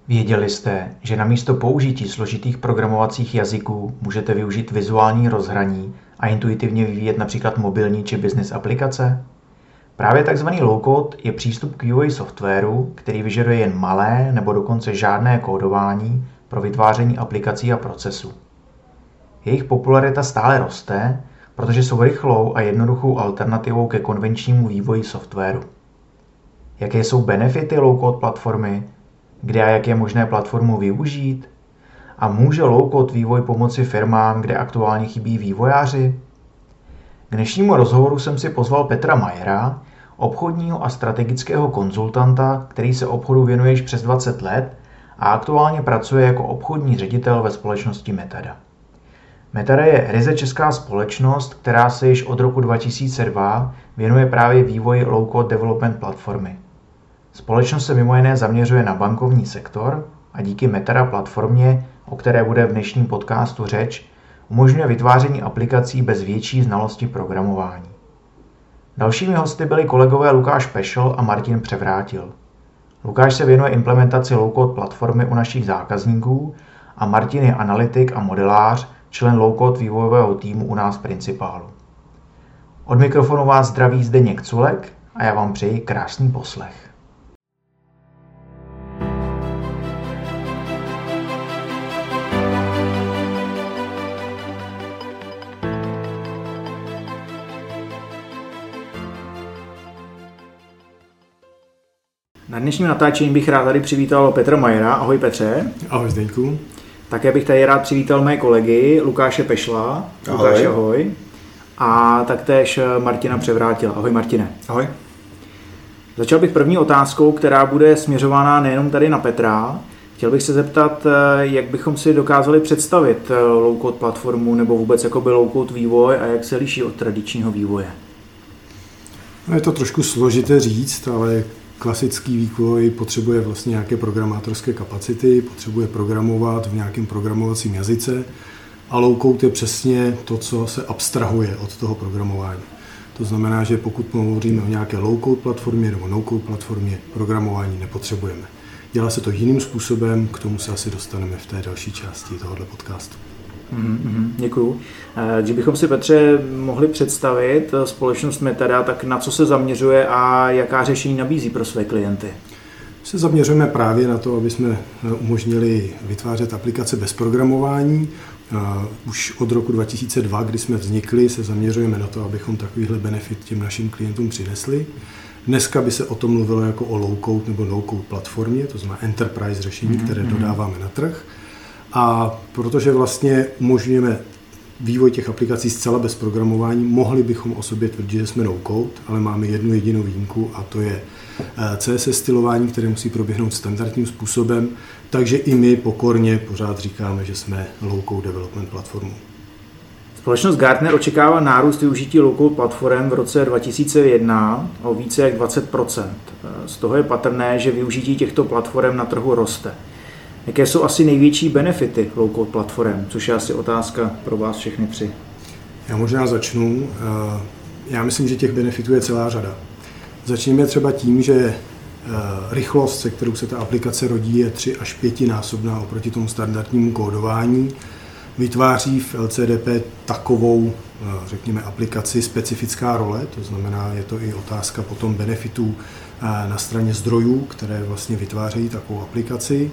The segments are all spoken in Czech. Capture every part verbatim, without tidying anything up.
Věděli jste, že namísto použití složitých programovacích jazyků můžete využít vizuální rozhraní a intuitivně vyvíjet například mobilní či business aplikace? Právě tzv. low-code je přístup k vývoji softwaru, který vyžaduje jen malé nebo dokonce žádné kódování pro vytváření aplikací a procesů. Jejich popularita stále roste, protože jsou rychlou a jednoduchou alternativou ke konvenčnímu vývoji softwaru. Jaké jsou benefity low-code platformy? Kde a jak je možné platformu využít? A může low-code vývoj pomoci firmám, kde aktuálně chybí vývojáři? K dnešnímu rozhovoru jsem si pozval Petra Mayera, obchodního a strategického konzultanta, který se obchodu věnuje již přes dvacet let a aktuálně pracuje jako obchodní ředitel ve společnosti Metada. Metada je ryze česká společnost, která se již od roku dva tisíce dva věnuje právě vývoji low-code development platformy. Společnost se mimo jiné zaměřuje na bankovní sektor a díky Metada platformě, o které bude v dnešním podcastu řeč, umožňuje vytváření aplikací bez větší znalosti programování. Dalšími hosty byli kolegové Lukáš Pešl a Martin Převrátil. Lukáš se věnuje implementaci low-code platformy u našich zákazníků a Martin je analytik a modelář, člen low-code vývojového týmu u nás Principálu. Od mikrofonu vás zdraví Zdeněk Culek a já vám přeji krásný poslech. Na dnešním natáčení bych rád tady přivítal Petra Mayera. Ahoj Petře. Ahoj Zdeňku. Také bych tady rád přivítal mé kolegy Lukáše Pešla. Ahoj. Lukáš, ahoj. A taktéž Martina Převrátila. Ahoj Martine. Ahoj. Začal bych první otázkou, která bude směřována nejenom tady na Petra. Chtěl bych se zeptat, jak bychom si dokázali představit low-code platformu nebo vůbec jakoby low-code vývoj a jak se liší od tradičního vývoje. No, je to trošku složité říct, ale klasický vývoj potřebuje vlastně nějaké programátorské kapacity, potřebuje programovat v nějakém programovacím jazyce a low-code je přesně to, co se abstrahuje od toho programování. To znamená, že pokud mluvíme o nějaké low-code platformě nebo no-code platformě, programování nepotřebujeme. Dělá se to jiným způsobem, k tomu se asi dostaneme v té další části tohoto podcastu. Mm-hmm, děkuju. Když bychom si, Petře, mohli představit společnost Metada, tak na co se zaměřuje a jaká řešení nabízí pro své klienty? Se zaměřujeme právě na to, aby jsme umožnili vytvářet aplikace bez programování. Už od roku dva tisíce dva, kdy jsme vznikli, se zaměřujeme na to, abychom takovýhle benefit těm našim klientům přinesli. Dneska by se o tom mluvilo jako o low-code nebo no-code platformě, to znamená enterprise řešení, mm-hmm. které dodáváme na trh. A protože vlastně umožňujeme vývoj těch aplikací zcela bez programování, mohli bychom o sobě tvrdit, že jsme no-code, ale máme jednu jedinou výjimku a to je C S S stylování, které musí proběhnout standardním způsobem, takže i my pokorně pořád říkáme, že jsme low-code development platformou. Společnost Gartner očekává nárůst využití low-code platform v roce dva tisíce jedna o více jak dvacet procent. Z toho je patrné, že využití těchto platform na trhu roste. Jaké jsou asi největší benefity low-code platform, což je asi otázka pro vás všechny tři? Já možná začnu. Já myslím, že těch benefitů je celá řada. Začněme třeba tím, že rychlost, se kterou se ta aplikace rodí, je tři až pětinásobná oproti tomu standardnímu kódování. Vytváří v L C D P takovou, řekněme, aplikaci specifická role, to znamená, je to i otázka potom benefitů na straně zdrojů, které vlastně vytvářejí takovou aplikaci.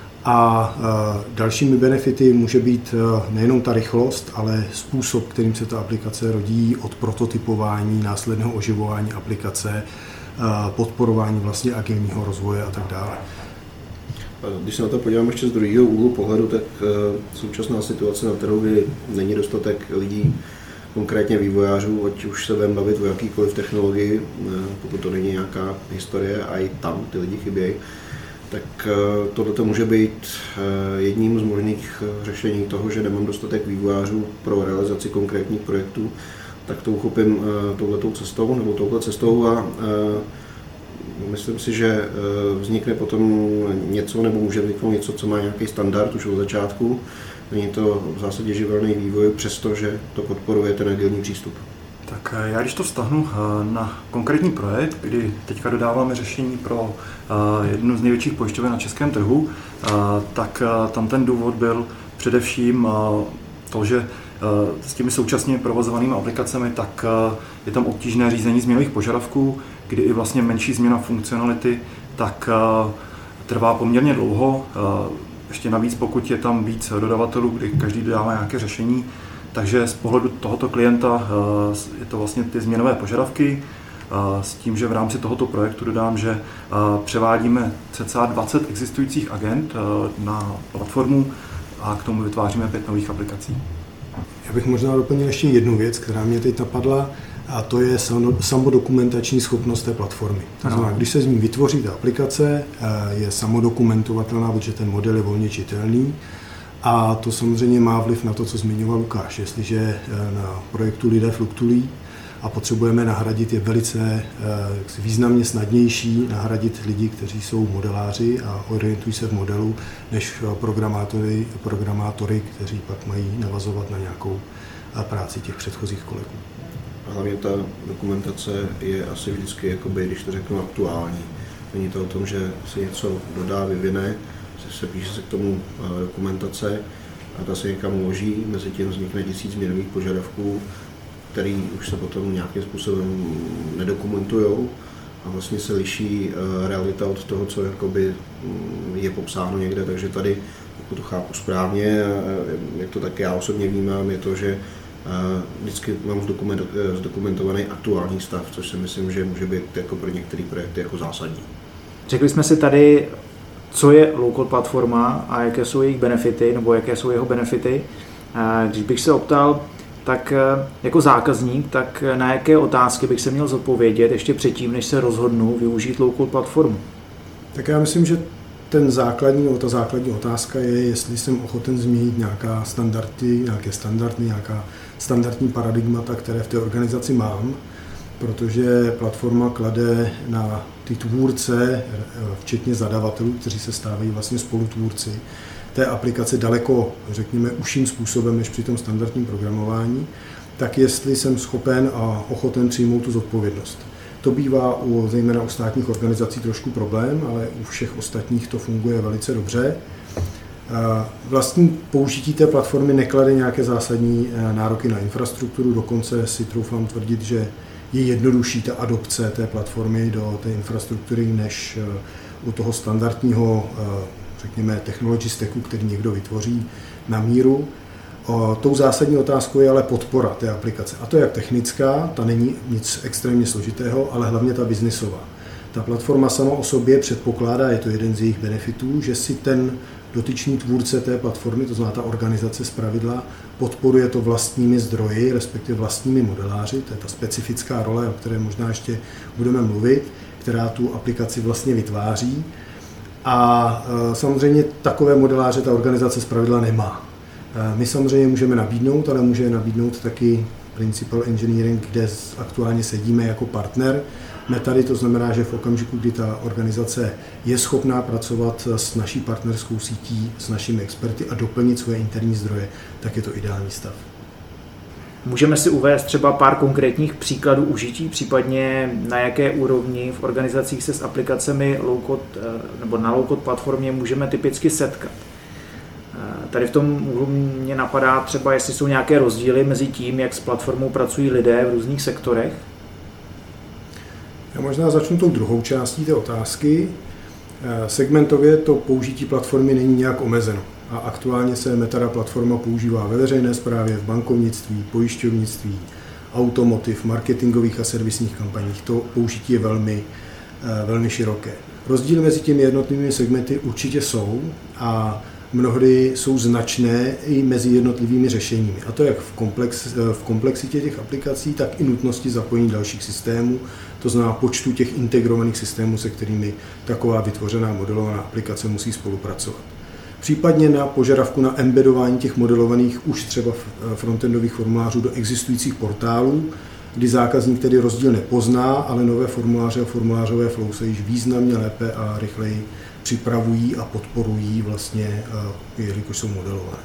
A dalšími benefity může být nejenom ta rychlost, ale způsob, kterým se ta aplikace rodí, od prototypování, následného oživování aplikace, podporování vlastně agilního rozvoje a tak dále. Když se na to podívám ještě z druhého úhlu pohledu, tak současná situace na trhu, kdy není dostatek lidí, konkrétně vývojářů, ať už se budeme bavit o jakýkoliv technologii, pokud to není nějaká historie a i tam ty lidi chybějí, tak tohle může být jedním z možných řešení toho, že nemám dostatek vývojářů pro realizaci konkrétních projektů, tak to uchopím touhletou cestou nebo touhle cestou a myslím si, že vznikne potom něco nebo může vzniknout něco, co má nějaký standard už od začátku. Není to v zásadě živelný vývoj, přestože to podporuje ten agilní přístup. Tak já když to vztahnu na konkrétní projekt, kdy teďka dodáváme řešení pro jednu z největších pojišťoven na českém trhu, tak tam ten důvod byl především to, že s těmi současně provozovanými aplikacemi tak je tam obtížné řízení změnových požadavků, kdy i vlastně menší změna funkcionality tak trvá poměrně dlouho. Ještě navíc, pokud je tam víc dodavatelů, kdy každý dodává nějaké řešení. Takže z pohledu tohoto klienta je to vlastně ty změnové požadavky. S tím, že v rámci tohoto projektu dodám, že převádíme cca dvacet existujících agent na platformu a k tomu vytváříme pět nových aplikací. Já bych možná doplnil ještě jednu věc, která mě teď napadla, a to je samodokumentační schopnost té platformy. To znamená, když se z ní vytvoří ta aplikace, je samodokumentovatelná, protože ten model je volně čitelný. A to samozřejmě má vliv na to, co zmiňoval Lukáš. Jestliže na projektu lidé fluktuují a potřebujeme nahradit, je velice významně snadnější nahradit lidi, kteří jsou modeláři a orientují se v modelu, než programátory, programátory, kteří pak mají navazovat na nějakou práci těch předchozích kolegů. A hlavně ta dokumentace je asi vždycky, jakoby, když to řeknu, aktuální. Není to o tom, že se něco dodá, vyvine, se píše se k tomu dokumentace a ta se někam uloží, mezi tím vznikne tisíc změnových požadavků, který už se potom nějakým způsobem nedokumentujou a vlastně se liší realita od toho, co jakoby je popsáno někde, takže tady, pokud to chápu správně, jak to tak já osobně vnímám, je to, že vždycky mám zdokumentovaný aktuální stav, což si myslím, že může být jako pro některé projekty jako zásadní. Řekli jsme si tady, co je low-code platforma a jaké jsou jejich benefity, nebo jaké jsou jeho benefity. Když bych se optal, tak jako zákazník, tak na jaké otázky bych se měl zodpovědět ještě předtím, než se rozhodnu využít low-code platformu? Tak já myslím, že ten základní, ta základní otázka je, jestli jsem ochoten změnit nějaká standardy, nějaké standardy, nějaká standardní paradigmata, které v té organizaci mám, protože platforma klade na ty tvůrce, včetně zadavatelů, kteří se stávají vlastně spolutvůrci té aplikace daleko, řekněme, užším způsobem než při tom standardním programování, tak jestli jsem schopen a ochoten přijmout tu zodpovědnost. To bývá u, zejména u státních organizací trošku problém, ale u všech ostatních to funguje velice dobře. Vlastní použití té platformy neklade nějaké zásadní nároky na infrastrukturu, dokonce si troufám tvrdit, že je jednodušší ta adopce té platformy do té infrastruktury, než u toho standardního, řekněme, technology stacku, který někdo vytvoří na míru. Tou zásadní otázkou je ale podpora té aplikace. A to jak technická, ta není nic extrémně složitého, ale hlavně ta biznisová. Ta platforma sama o sobě předpokládá, je to jeden z jejich benefitů, že si ten dotyčný tvůrce té platformy, to znamená ta organizace zpravidla, podporuje to vlastními zdroji, respektive vlastními modeláři, to je ta specifická role, o které možná ještě budeme mluvit, která tu aplikaci vlastně vytváří. A samozřejmě takové modeláře ta organizace zpravidla nemá. My samozřejmě můžeme nabídnout, ale může nabídnout taky Principal Engineering, kde aktuálně sedíme jako partner Metady, to znamená, že v okamžiku, kdy ta organizace je schopná pracovat s naší partnerskou sítí, s našimi experty a doplnit svoje interní zdroje, tak je to ideální stav. Můžeme si uvést třeba pár konkrétních příkladů užití, případně na jaké úrovni v organizacích se s aplikacemi low-code nebo na low-code platformě můžeme typicky setkat. Tady v tom mě napadá třeba, jestli jsou nějaké rozdíly mezi tím, jak s platformou pracují lidé v různých sektorech. Já možná začnu tou druhou částí té otázky. Segmentově to použití platformy není nějak omezeno. A aktuálně se Metada platforma používá ve veřejné správě, v bankovnictví, pojišťovnictví, automotiv, marketingových a servisních kampaních. To použití je velmi, velmi široké. Rozdíly mezi těmi jednotlivými segmenty určitě jsou a mnohdy jsou značné i mezi jednotlivými řešeními. A to jak v, komplex, v komplexitě těch aplikací, tak i nutnosti zapojení dalších systémů, to znamená počtu těch integrovaných systémů, se kterými taková vytvořená modelovaná aplikace musí spolupracovat. Případně na požadavku na embedování těch modelovaných už třeba frontendových formulářů do existujících portálů, kdy zákazník tedy rozdíl nepozná, ale nové formuláře a formulářové flow se již významně lépe a rychleji připravují a podporují vlastně, jelikož jsou modelované.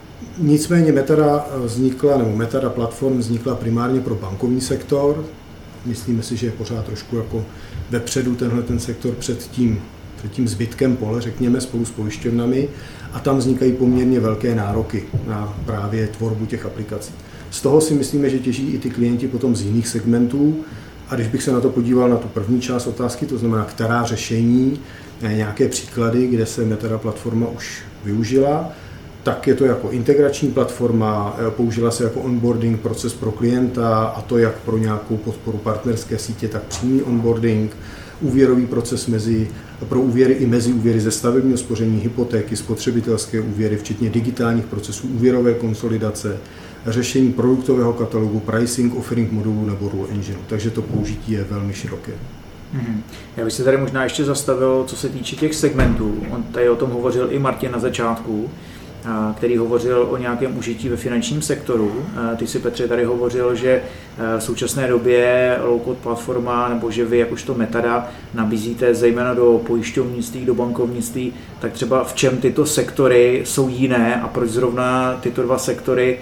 Nicméně Metada vznikla, nebo Metada platform vznikla primárně pro bankovní sektor, myslíme si, že je pořád trošku jako vepředu tenhle ten sektor před tím, před tím zbytkem pole, řekněme, spolu s pojišťovnami, a tam vznikají poměrně velké nároky na právě tvorbu těch aplikací. Z toho si myslíme, že těží i ty klienti potom z jiných segmentů. A když bych se na to podíval na tu první část otázky, to znamená, která řešení, nějaké příklady, kde se Metada platforma už využila, tak je to jako integrační platforma, použila se jako onboarding proces pro klienta, a to jak pro nějakou podporu partnerské sítě, tak přímý onboarding, úvěrový proces mezi, pro úvěry i mezi úvěry ze stavebního spoření, hypotéky, spotřebitelské úvěry, včetně digitálních procesů úvěrové konsolidace, řešení produktového katalogu, pricing, offering modulu nebo rule engineu. Takže to použití je velmi široké. Hmm. Já bych se tady možná ještě zastavil, co se týče těch segmentů. On tady o tom hovořil i Martin na začátku, který hovořil o nějakém užití ve finančním sektoru. Ty si, Petře, tady hovořil, že v současné době low-code platforma, nebo že vy jakožto Metada nabízíte zejména do pojišťovnictví, do bankovnictví, tak třeba v čem tyto sektory jsou jiné a proč zrovna tyto dva sektory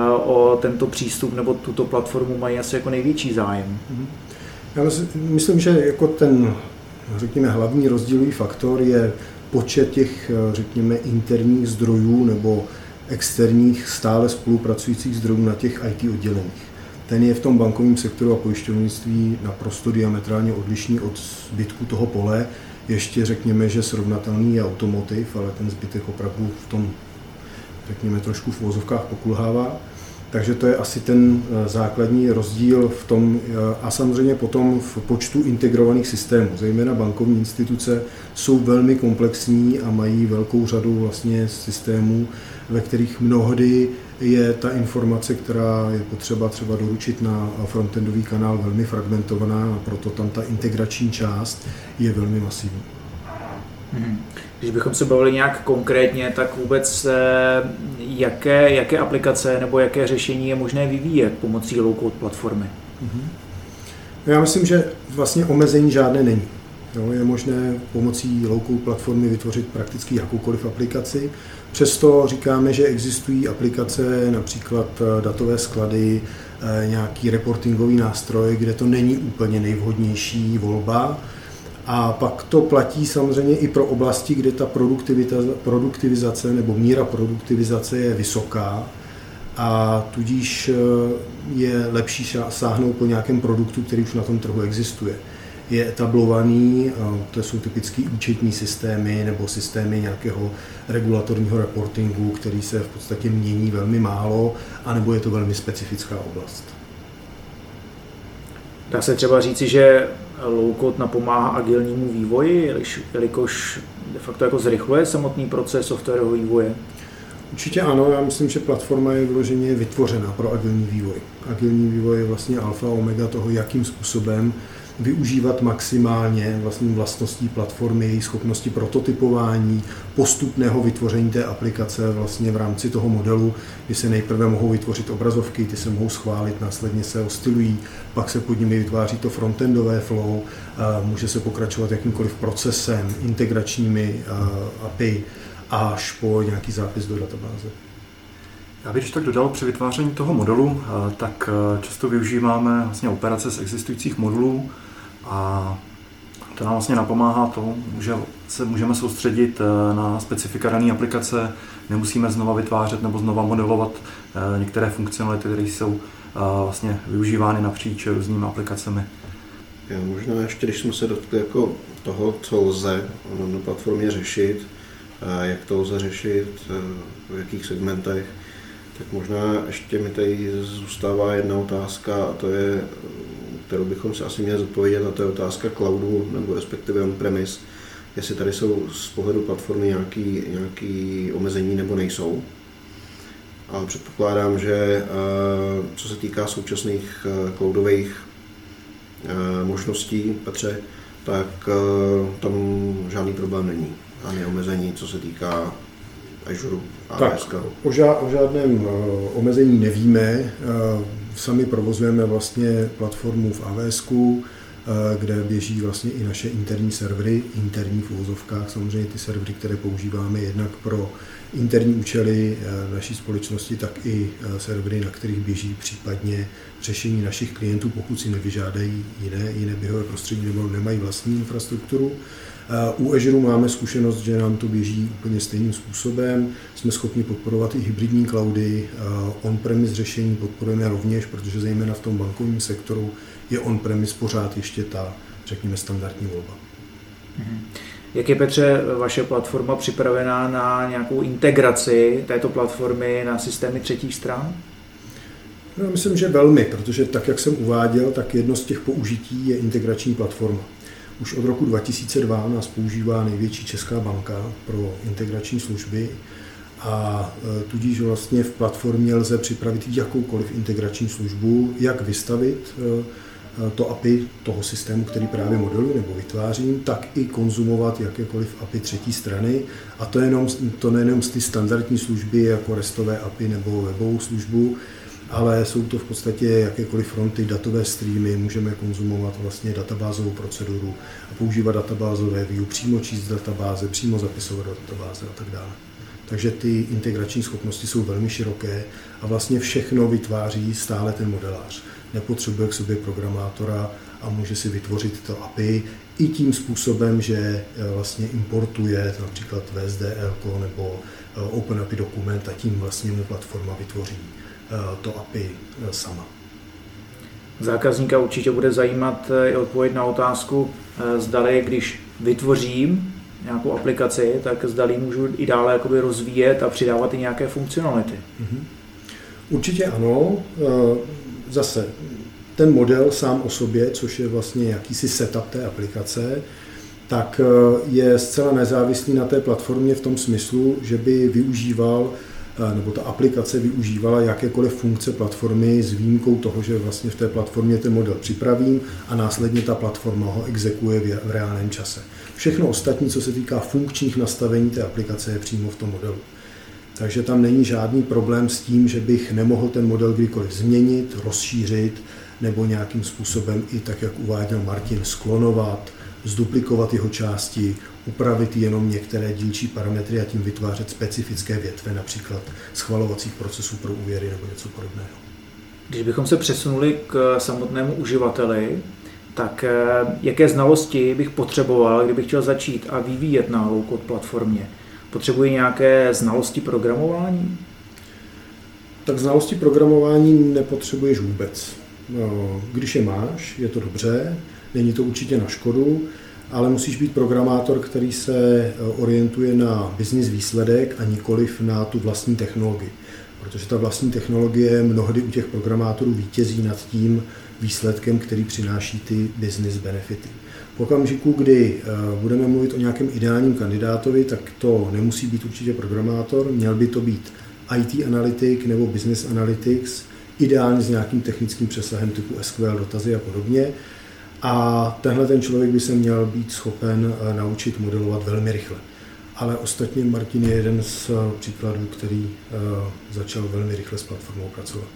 o tento přístup nebo tuto platformu mají asi jako největší zájem? Já myslím, že jako ten, řekněme, hlavní rozdílový faktor je počet těch, řekněme, interních zdrojů nebo externích stále spolupracujících zdrojů na těch í té odděleních. Ten je v tom bankovním sektoru a pojišťovnictví naprosto diametrálně odlišný od zbytku toho pole. Ještě řekněme, že srovnatelný je automotiv, ale ten zbytek opravdu v tom, řekněme, trošku v uvozovkách pokulhává. Takže to je asi ten základní rozdíl v tom, a samozřejmě potom v počtu integrovaných systémů. Zejména bankovní instituce jsou velmi komplexní a mají velkou řadu vlastně systémů, ve kterých mnohdy je ta informace, která je potřeba třeba doručit na frontendový kanál, velmi fragmentovaná, a proto tam ta integrační část je velmi masivní. Hmm. Když bychom se bavili nějak konkrétně, tak vůbec jaké, jaké aplikace nebo jaké řešení je možné vyvíjet pomocí low-code platformy? Já myslím, že vlastně omezení žádné není. Jo, je možné pomocí low-code platformy vytvořit prakticky jakoukoliv aplikaci. Přesto říkáme, že existují aplikace, například datové sklady, nějaký reportingový nástroj, kde to není úplně nejvhodnější volba. A pak to platí samozřejmě i pro oblasti, kde ta produktivizace nebo míra produktivizace je vysoká, a tudíž je lepší sáhnout po nějakém produktu, který už na tom trhu existuje. Je etablovaný, to jsou typické účetní systémy nebo systémy nějakého regulatorního reportingu, který se v podstatě mění velmi málo, anebo je to velmi specifická oblast. Dá se třeba říci, že low-code napomáhá agilnímu vývoji, jelikož de facto jako zrychluje samotný proces softwarového vývoje? Určitě ano, já myslím, že platforma je vyloženě vytvořena pro agilní vývoj. Agilní vývoj je vlastně alfa a omega toho, jakým způsobem využívat maximálně vlastní vlastností platformy, její schopnosti prototypování, postupného vytvoření té aplikace vlastně v rámci toho modelu, kdy se nejprve mohou vytvořit obrazovky, ty se mohou schválit, následně se ostylují, pak se pod nimi vytváří to frontendové flow, může se pokračovat jakýmkoliv procesem, integračními A P I až po nějaký zápis do databáze. Já bych tak dodal, při vytváření toho modelu, tak často využíváme vlastně operace z existujících modulů, a to nám vlastně napomáhá tomu, že se můžeme soustředit na specifika dané aplikace, nemusíme znova vytvářet nebo znova modelovat některé funkcionality, které jsou vlastně využívány napříč různými aplikacemi. Já možná ještě, když jsme se dotkli jako toho, co lze na platformě řešit, jak to lze řešit, v jakých segmentech, tak možná ještě mi tady zůstává jedna otázka, a to je, kterou bychom si asi měli zodpovědět, a to je otázka cloudu nebo respektive on-premise. Jestli tady jsou z pohledu platformy nějaké nějaký omezení nebo nejsou. Ale předpokládám, že co se týká současných cloudových možností, Petře, tak tam žádný problém není. Žádné omezení, co se týká Azure a tak, o, ža- o žádném uh, omezení nevíme. Uh, sami provozujeme vlastně platformu v A W S ku. kde běží vlastně i naše interní servery, interní v uvozovkách, samozřejmě ty servery, které používáme jednak pro interní účely naší společnosti, tak i servery, na kterých běží případně řešení našich klientů, pokud si nevyžádají jiné, jiné běhové prostředí nebo nemají vlastní infrastrukturu. U Azure máme zkušenost, že nám to běží úplně stejným způsobem. Jsme schopni podporovat i hybridní cloudy, on-premise řešení podporujeme rovněž, protože zejména v tom bankovním sektoru je on-premise pořád ještě ta, řekněme, standardní volba. Jak je, Petře, vaše platforma připravená na nějakou integraci této platformy na systémy třetích stran? No, myslím, že velmi, protože tak, jak jsem uváděl, tak jedno z těch použití je integrační platforma. Už od roku dva tisíce dva nás používá největší česká banka pro integrační služby a tudíž vlastně v platformě lze připravit jakoukoliv integrační službu, jak vystavit to A P I toho systému, který právě modeluji nebo vytvářím, tak i konzumovat jakékoliv A P I třetí strany. A to, jenom, to nejenom z ty standardní služby jako restové A P I nebo webovou službu, ale jsou to v podstatě jakékoliv fronty, datové streamy, můžeme konzumovat vlastně databázovou proceduru a používat databázové view, přímo číst databáze, přímo zapisovat databáze a tak dále. Takže ty integrační schopnosti jsou velmi široké a vlastně všechno vytváří stále ten modelář. Nepotřebuje k sobě programátora a může si vytvořit to A P I i tím způsobem, že vlastně importuje například V S D L nebo OpenAPI dokument a tím vlastně mu platforma vytvoří to A P I sama. Zákazníka určitě bude zajímat i odpověď na otázku, zdali, když vytvořím nějakou aplikaci, tak zdali můžu i dále jakoby rozvíjet a přidávat i nějaké funkcionality. Určitě ano. Zase ten model sám o sobě, což je vlastně jakýsi setup té aplikace, tak je zcela nezávislý na té platformě v tom smyslu, že by využíval nebo ta aplikace využívala jakékoliv funkce platformy s výjimkou toho, že vlastně v té platformě ten model připravím a následně ta platforma ho exekuje v reálném čase. Všechno ostatní, co se týká funkčních nastavení té aplikace, je přímo v tom modelu. Takže tam není žádný problém s tím, že bych nemohl ten model kdykoliv změnit, rozšířit nebo nějakým způsobem i tak, jak uváděl Martin, sklonovat, zduplikovat jeho části, upravit jenom některé dílčí parametry a tím vytvářet specifické větve, například schvalovacích procesů pro úvěry nebo něco podobného. Když bychom se přesunuli k samotnému uživateli, tak jaké znalosti bych potřeboval, kdybych chtěl začít a vyvíjet na low-code platformě? Potřebuji nějaké znalosti programování? Tak znalosti programování nepotřebuješ vůbec. Když je máš, je to dobře, není to určitě na škodu, ale musíš být programátor, který se orientuje na business výsledek a nikoliv na tu vlastní technologii. Protože ta vlastní technologie mnohdy u těch programátorů vítězí nad tím výsledkem, který přináší ty business benefity. V okamžiku, kdy budeme mluvit o nějakém ideálním kandidátovi, tak to nemusí být určitě programátor, měl by to být I T analytik nebo business analytics, ideálně s nějakým technickým přesahem typu S Q L dotazy a podobně. A tenhle ten člověk by se měl být schopen naučit modelovat velmi rychle. Ale ostatně Martin je jeden z příkladů, který začal velmi rychle s platformou pracovat.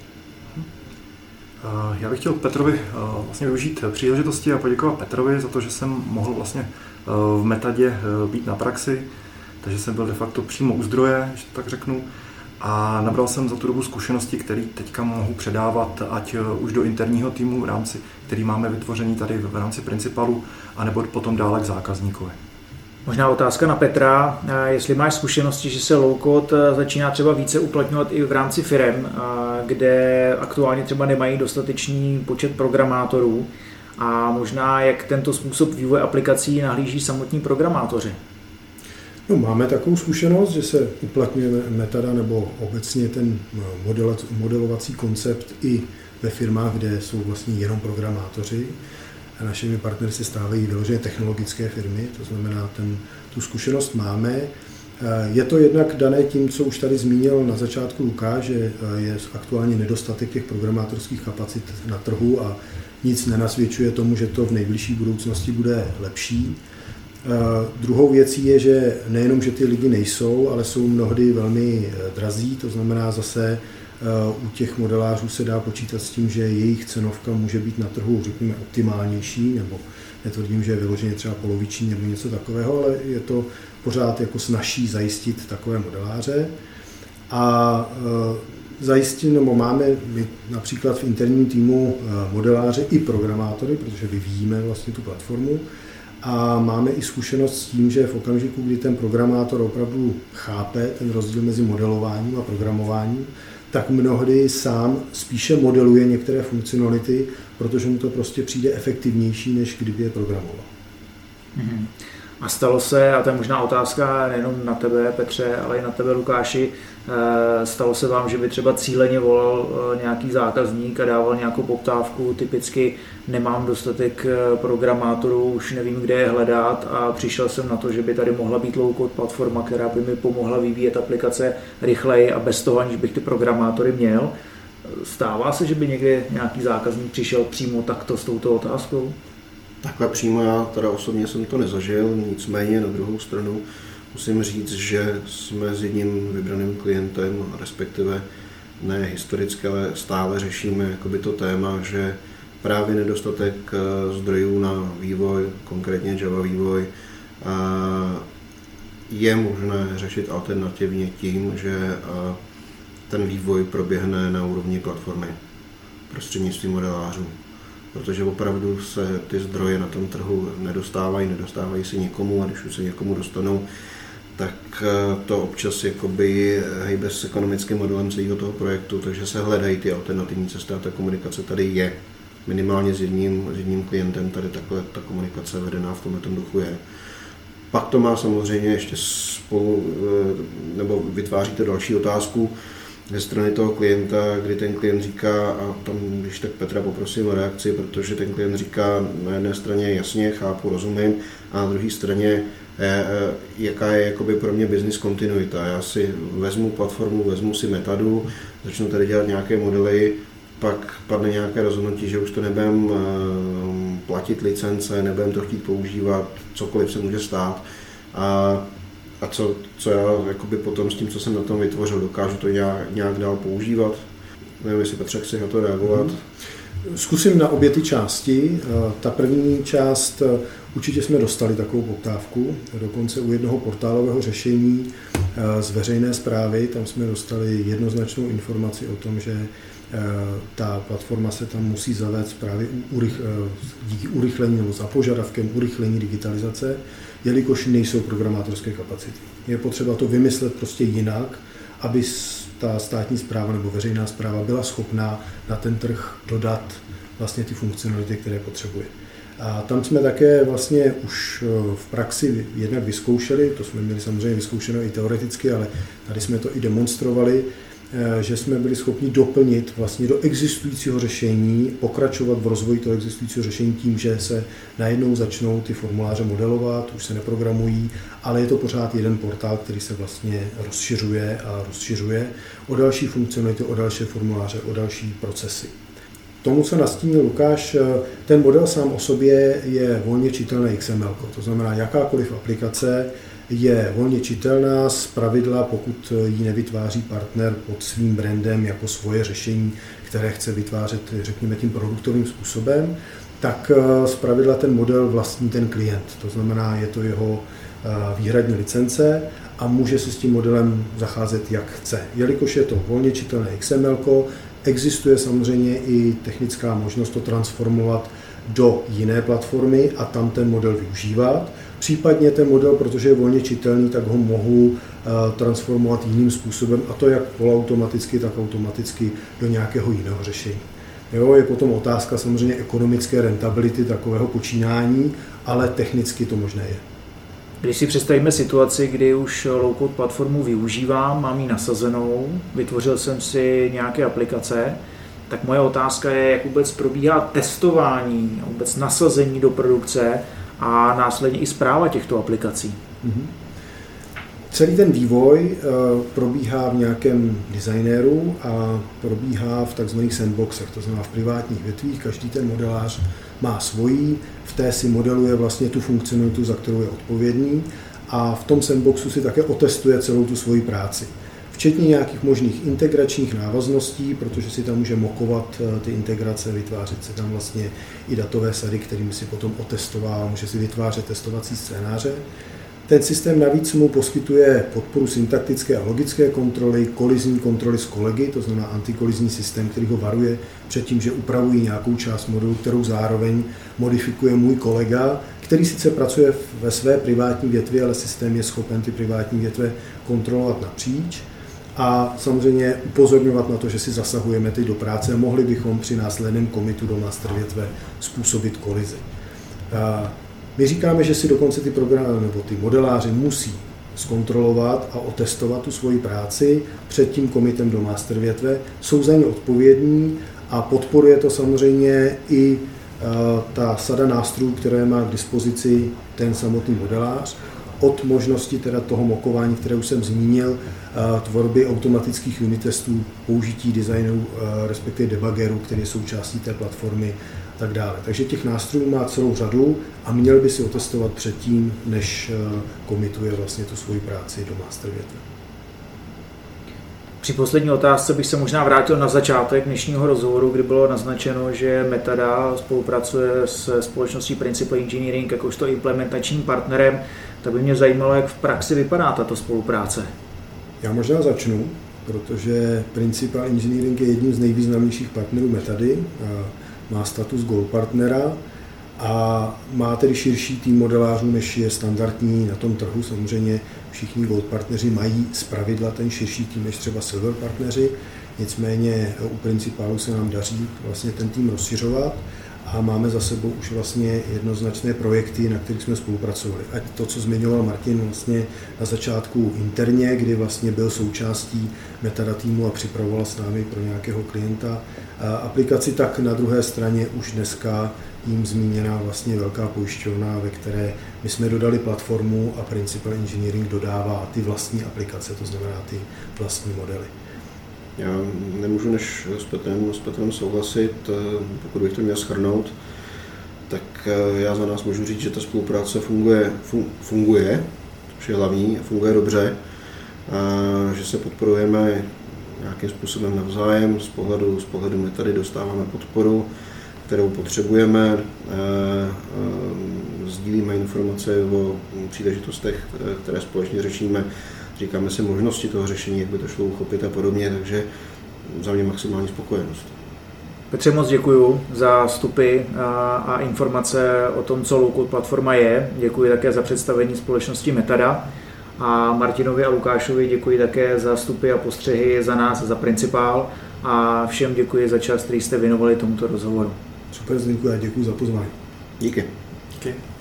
Já bych chtěl Petrovi vlastně využít příležitosti a poděkovat Petrovi za to, že jsem mohl vlastně v Metadě být na praxi, takže jsem byl de facto přímo u zdroje, že tak řeknu, a nabral jsem za tu dobu zkušenosti, které teďka mohu předávat ať už do interního týmu v rámci, který máme vytvořený tady v rámci Principalu, anebo potom dále k zákazníkovi. Možná otázka na Petra, jestli máš zkušenosti, že se low-code začíná třeba více uplatňovat i v rámci firem, kde aktuálně třeba nemají dostatečný počet programátorů a možná jak tento způsob vývoje aplikací nahlíží samotní programátoři. No, máme takovou zkušenost, že se uplatňuje Metada nebo obecně ten modelovací koncept i ve firmách, kde jsou vlastně jenom programátoři. A našimi partnery se stávají vyloženě technologické firmy, to znamená, ten, tu zkušenost máme. Je to jednak dané tím, co už tady zmínil na začátku Lukáš, že je aktuálně nedostatek těch programátorských kapacit na trhu a nic nenasvědčuje tomu, že to v nejbližší budoucnosti bude lepší. Druhou věcí je, že nejenom, že ty lidi nejsou, ale jsou mnohdy velmi drazí, to znamená zase U těch modelářů se dá počítat s tím, že jejich cenovka může být na trhu, řekněme, optimálnější, nebo netvrdím, že je vyloženě třeba poloviční nebo něco takového, ale je to pořád jako snazší zajistit takové modeláře. A zajistit, nebo máme my například v interním týmu modeláře i programátory, protože vyvíjíme vlastně tu platformu, a máme i zkušenost s tím, že v okamžiku, kdy ten programátor opravdu chápe ten rozdíl mezi modelováním a programováním, tak mnohdy sám spíše modeluje některé funkcionality, protože mu to prostě přijde efektivnější, než kdyby je programoval. Mm-hmm. A stalo se, a to je možná otázka nejenom na tebe, Petře, ale i na tebe, Lukáši, stalo se vám, že by třeba cíleně volal nějaký zákazník a dával nějakou poptávku, typicky nemám dostatek programátorů, už nevím, kde je hledat, a přišel jsem na to, že by tady mohla být low-code platforma, která by mi pomohla vyvíjet aplikace rychleji a bez toho, aniž bych ty programátory měl. Stává se, že by někdy nějaký zákazník přišel přímo takto s touto otázkou? Takhle přímo já teda osobně jsem to nezažil, nicméně na druhou stranu musím říct, že jsme s jedním vybraným klientem, respektive ne historicky, ale stále řešíme jakoby to téma, že právě nedostatek zdrojů na vývoj, konkrétně Java vývoj, je možné řešit alternativně tím, že ten vývoj proběhne na úrovni platformy prostřednictvím modelářů. Protože opravdu se ty zdroje na tom trhu nedostávají, nedostávají se někomu, a když už se někomu dostanou, tak to občas jakoby hejbe s ekonomickým modelem celého toho projektu, takže se hledají ty alternativní cesty a ta komunikace tady je. Minimálně s jedním, s jedním klientem tady takhle ta komunikace vedená v tomhle duchu je. Pak to má samozřejmě ještě spolu, nebo vytváří to další otázku ze strany toho klienta, kdy ten klient říká, a tam když tak Petra poprosím o reakci, protože ten klient říká na jedné straně jasně, chápu, rozumím, a na druhé straně jaká je jakoby pro mě business kontinuita. Já si vezmu platformu, vezmu si metadu, začnu tady dělat nějaké modely, pak padne nějaké rozhodnutí, že už to nebudem platit licence, nebudem to chtít používat, cokoliv se může stát. A, a co, co já jakoby potom s tím, co jsem na tom vytvořil, dokážu to nějak, nějak dál používat? Nevím, jestli Petře chci na to reagovat. Zkusím na obě ty části. Ta první část, určitě jsme dostali takovou poptávku, dokonce u jednoho portálového řešení z veřejné správy, tam jsme dostali jednoznačnou informaci o tom, že ta platforma se tam musí zavést právě díky urychlení nebo za požadavkem urychlení digitalizace, jelikož nejsou programátorské kapacity. Je potřeba to vymyslet prostě jinak, aby ta státní správa nebo veřejná správa byla schopná na ten trh dodat vlastně ty funkcionality, které potřebuje. A tam jsme také vlastně už v praxi jednak vyzkoušeli, to jsme měli samozřejmě vyzkoušeno i teoreticky, ale tady jsme to i demonstrovali, že jsme byli schopni doplnit vlastně do existujícího řešení, pokračovat v rozvoji toho existujícího řešení tím, že se najednou začnou ty formuláře modelovat, už se neprogramují, ale je to pořád jeden portál, který se vlastně rozšiřuje a rozšiřuje o další funkcionality, o další formuláře, o další procesy. Tomu, co nastínil Lukáš, ten model sám o sobě je volně čitelné X M L, to znamená jakákoliv aplikace je volně čitelná z pravidla, pokud ji nevytváří partner pod svým brandem jako svoje řešení, které chce vytvářet, řekněme, tím produktovým způsobem, tak z pravidla ten model vlastní ten klient. To znamená, je to jeho výhradní licence a může se s tím modelem zacházet, jak chce. Jelikož je to volně čitelné X M L, existuje samozřejmě i technická možnost to transformovat do jiné platformy a tam ten model využívat. Případně ten model, protože je volně čitelný, tak ho mohu transformovat jiným způsobem, a to jak polautomaticky, tak automaticky do nějakého jiného řešení. Jo, je potom otázka samozřejmě ekonomické rentability takového počínání, ale technicky to možné je. Když si představíme situaci, kdy už low-code platformu využívám, mám ji nasazenou, vytvořil jsem si nějaké aplikace, tak moje otázka je, jak vůbec probíhá testování, vůbec nasazení do produkce a následně i správa těchto aplikací. Mm-hmm. Celý ten vývoj uh, probíhá v nějakém designéru a probíhá v takzvaných sandboxech, to znamená v privátních větvích. Každý ten modelář má svoji, v té si modeluje vlastně tu funkcionalitu, za kterou je odpovědný, a v tom sandboxu si také otestuje celou tu svoji práci. V včetně nějakých možných integračních návazností, protože si tam může mokovat ty integrace, vytvářet si tam vlastně i datové sady, kterými si potom otestová, může si vytvářet testovací scénáře. Ten systém navíc mu poskytuje podporu syntaktické a logické kontroly, kolizní kontroly s kolegy, to znamená antikolizní systém, který ho varuje před tím, že upravují nějakou část modulu, kterou zároveň modifikuje můj kolega, který sice pracuje ve své privátní větvi, ale systém je schopen ty privátní větve kontrolovat napříč a samozřejmě upozorňovat na to, že si zasahujeme teď do práce a mohli bychom při následném commitu do master větve způsobit kolizi. My říkáme, že si dokonce ty programy nebo ty modeláři musí zkontrolovat a otestovat tu svoji práci před tím commitem do master větve, jsou za ně odpovědní a podporuje to samozřejmě i ta sada nástrojů, které má k dispozici ten samotný modelář, od možnosti teda toho mokování, které už jsem zmínil, tvorby automatických unit testů, použití designerů, respektive debuggerů, které jsou součástí té platformy, tak dále. Takže těch nástrojů má celou řadu a měl by si otestovat předtím, než komituje vlastně tu svoji práci do master větve. Při poslední otázce bych se možná vrátil na začátek dnešního rozhovoru, kdy bylo naznačeno, že Metadata spolupracuje s společností Principal Engineering jakožto implementačním partnerem. Tak by mě zajímalo, jak v praxi vypadá tato spolupráce. Já možná začnu, protože Principal Engineering je jedním z nejvýznamnějších partnerů Metady, má status Gold partnera a má tedy širší tým modelářů, než je standardní na tom trhu. Samozřejmě všichni Gold partneři mají zpravidla ten širší tým než třeba Silver partneři, nicméně u Principalu se nám daří vlastně ten tým rozšiřovat a máme za sebou už vlastně jednoznačné projekty, na kterých jsme spolupracovali. Ať to, co zmiňoval Martin vlastně na začátku interně, kdy vlastně byl součástí Metadata týmu a připravoval s námi pro nějakého klienta aplikaci, tak na druhé straně už dneska jim zmíněná vlastně velká pojišťovna, ve které my jsme dodali platformu a Principal Engineering dodává ty vlastní aplikace, to znamená ty vlastní modely. Já nemůžu než s Petrem, s Petrem souhlasit, pokud bych to měl shrnout, tak já za nás můžu říct, že ta spolupráce funguje, funguje, což je hlavní, funguje dobře, že se podporujeme nějakým způsobem navzájem, z pohledu, z pohledu Metady dostáváme podporu, kterou potřebujeme, sdílíme informace o příležitostech, které společně řešíme, říkáme si možnosti toho řešení, jak by to šlo uchopit a podobně, takže za mě maximální spokojenost. Petře, moc děkuji za vstupy a, a informace o tom, co low-code platforma je. Děkuji také za představení společnosti Metadata. A Martinovi a Lukášovi děkuji také za vstupy a postřehy za nás, za Principal. A všem děkuji za čas, který jste věnovali tomuto rozhovoru. Super, děkuji a děkuji za pozvání. Díky. Díky.